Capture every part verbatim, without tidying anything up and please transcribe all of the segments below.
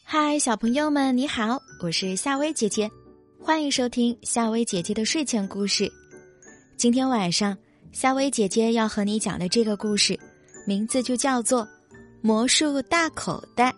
嗨，小朋友们，你好，我是夏薇姐姐，欢迎收听夏薇姐姐的睡前故事。今天晚上，夏薇姐姐要和你讲的这个故事，名字就叫做《魔术大口袋》。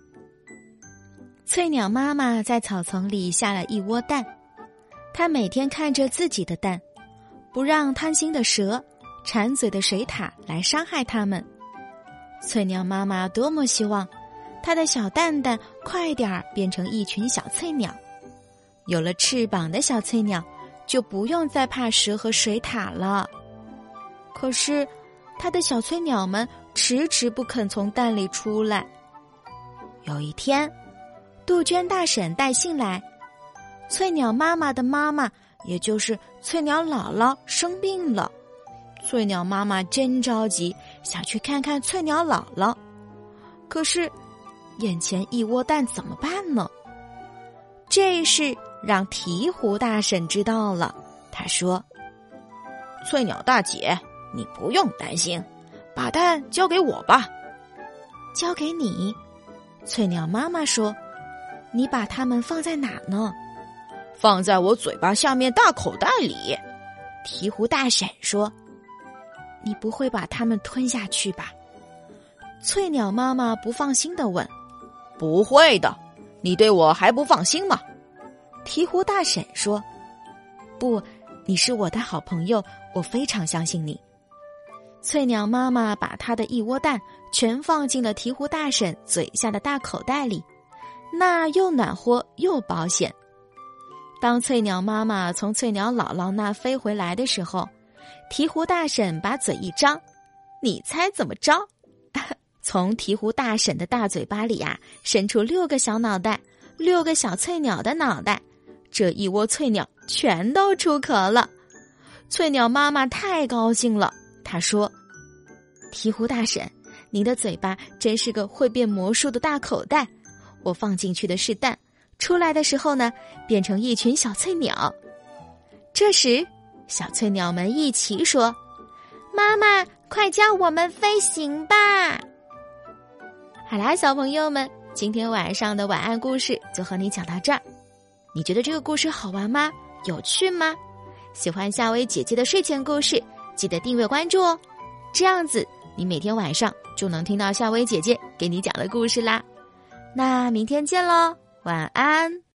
翠鸟妈妈在草丛里下了一窝蛋，她每天看着自己的蛋，不让贪心的蛇、馋嘴的水獭来伤害它们。翠鸟妈妈多么希望它的小蛋蛋快点儿变成一群小翠鸟，有了翅膀的小翠鸟就不用再怕蛇和水獭了。可是它的小翠鸟们迟迟不肯从蛋里出来。有一天，杜鹃大婶带信来，翠鸟妈妈的妈妈，也就是翠鸟姥姥生病了。翠鸟妈妈真着急，想去看看翠鸟姥姥，可是眼前一窝蛋怎么办呢？这事让鹈鹕大婶知道了，她说： 翠鸟大姐，你不用担心，把蛋交给我吧。 交给你？翠鸟妈妈说：你把它们放在哪呢？ 放在我嘴巴下面大口袋里。 鹈鹕大婶说：你不会把它们吞下去吧？翠鸟妈妈不放心地问。 不会的，你对我还不放心吗？ 鹈鹕大婶说：不，你是我的好朋友，我非常相信你。翠鸟妈妈把她的一窝蛋全放进了鹈鹕大婶嘴下的大口袋里，那又暖和又保险。当翠鸟妈妈从翠鸟姥姥那飞回来的时候，鹈鹕大婶把嘴一张，你猜怎么着？从鹈鹕大婶的大嘴巴里啊，伸出六个小脑袋，六个小翠鸟的脑袋，这一窝翠鸟全都出壳了。翠鸟妈妈太高兴了，她说：鹈鹕大婶，你的嘴巴真是个会变魔术的大口袋，我放进去的是蛋，出来的时候呢，变成一群小翠鸟。这时小翠鸟们一起说：妈妈，快教我们飞行吧。好啦，小朋友们，今天晚上的晚安故事就和你讲到这儿。你觉得这个故事好玩吗？有趣吗？喜欢夏薇姐姐的睡前故事，记得订阅关注哦，这样子你每天晚上就能听到夏薇姐姐给你讲的故事啦。那明天见咯，晚安。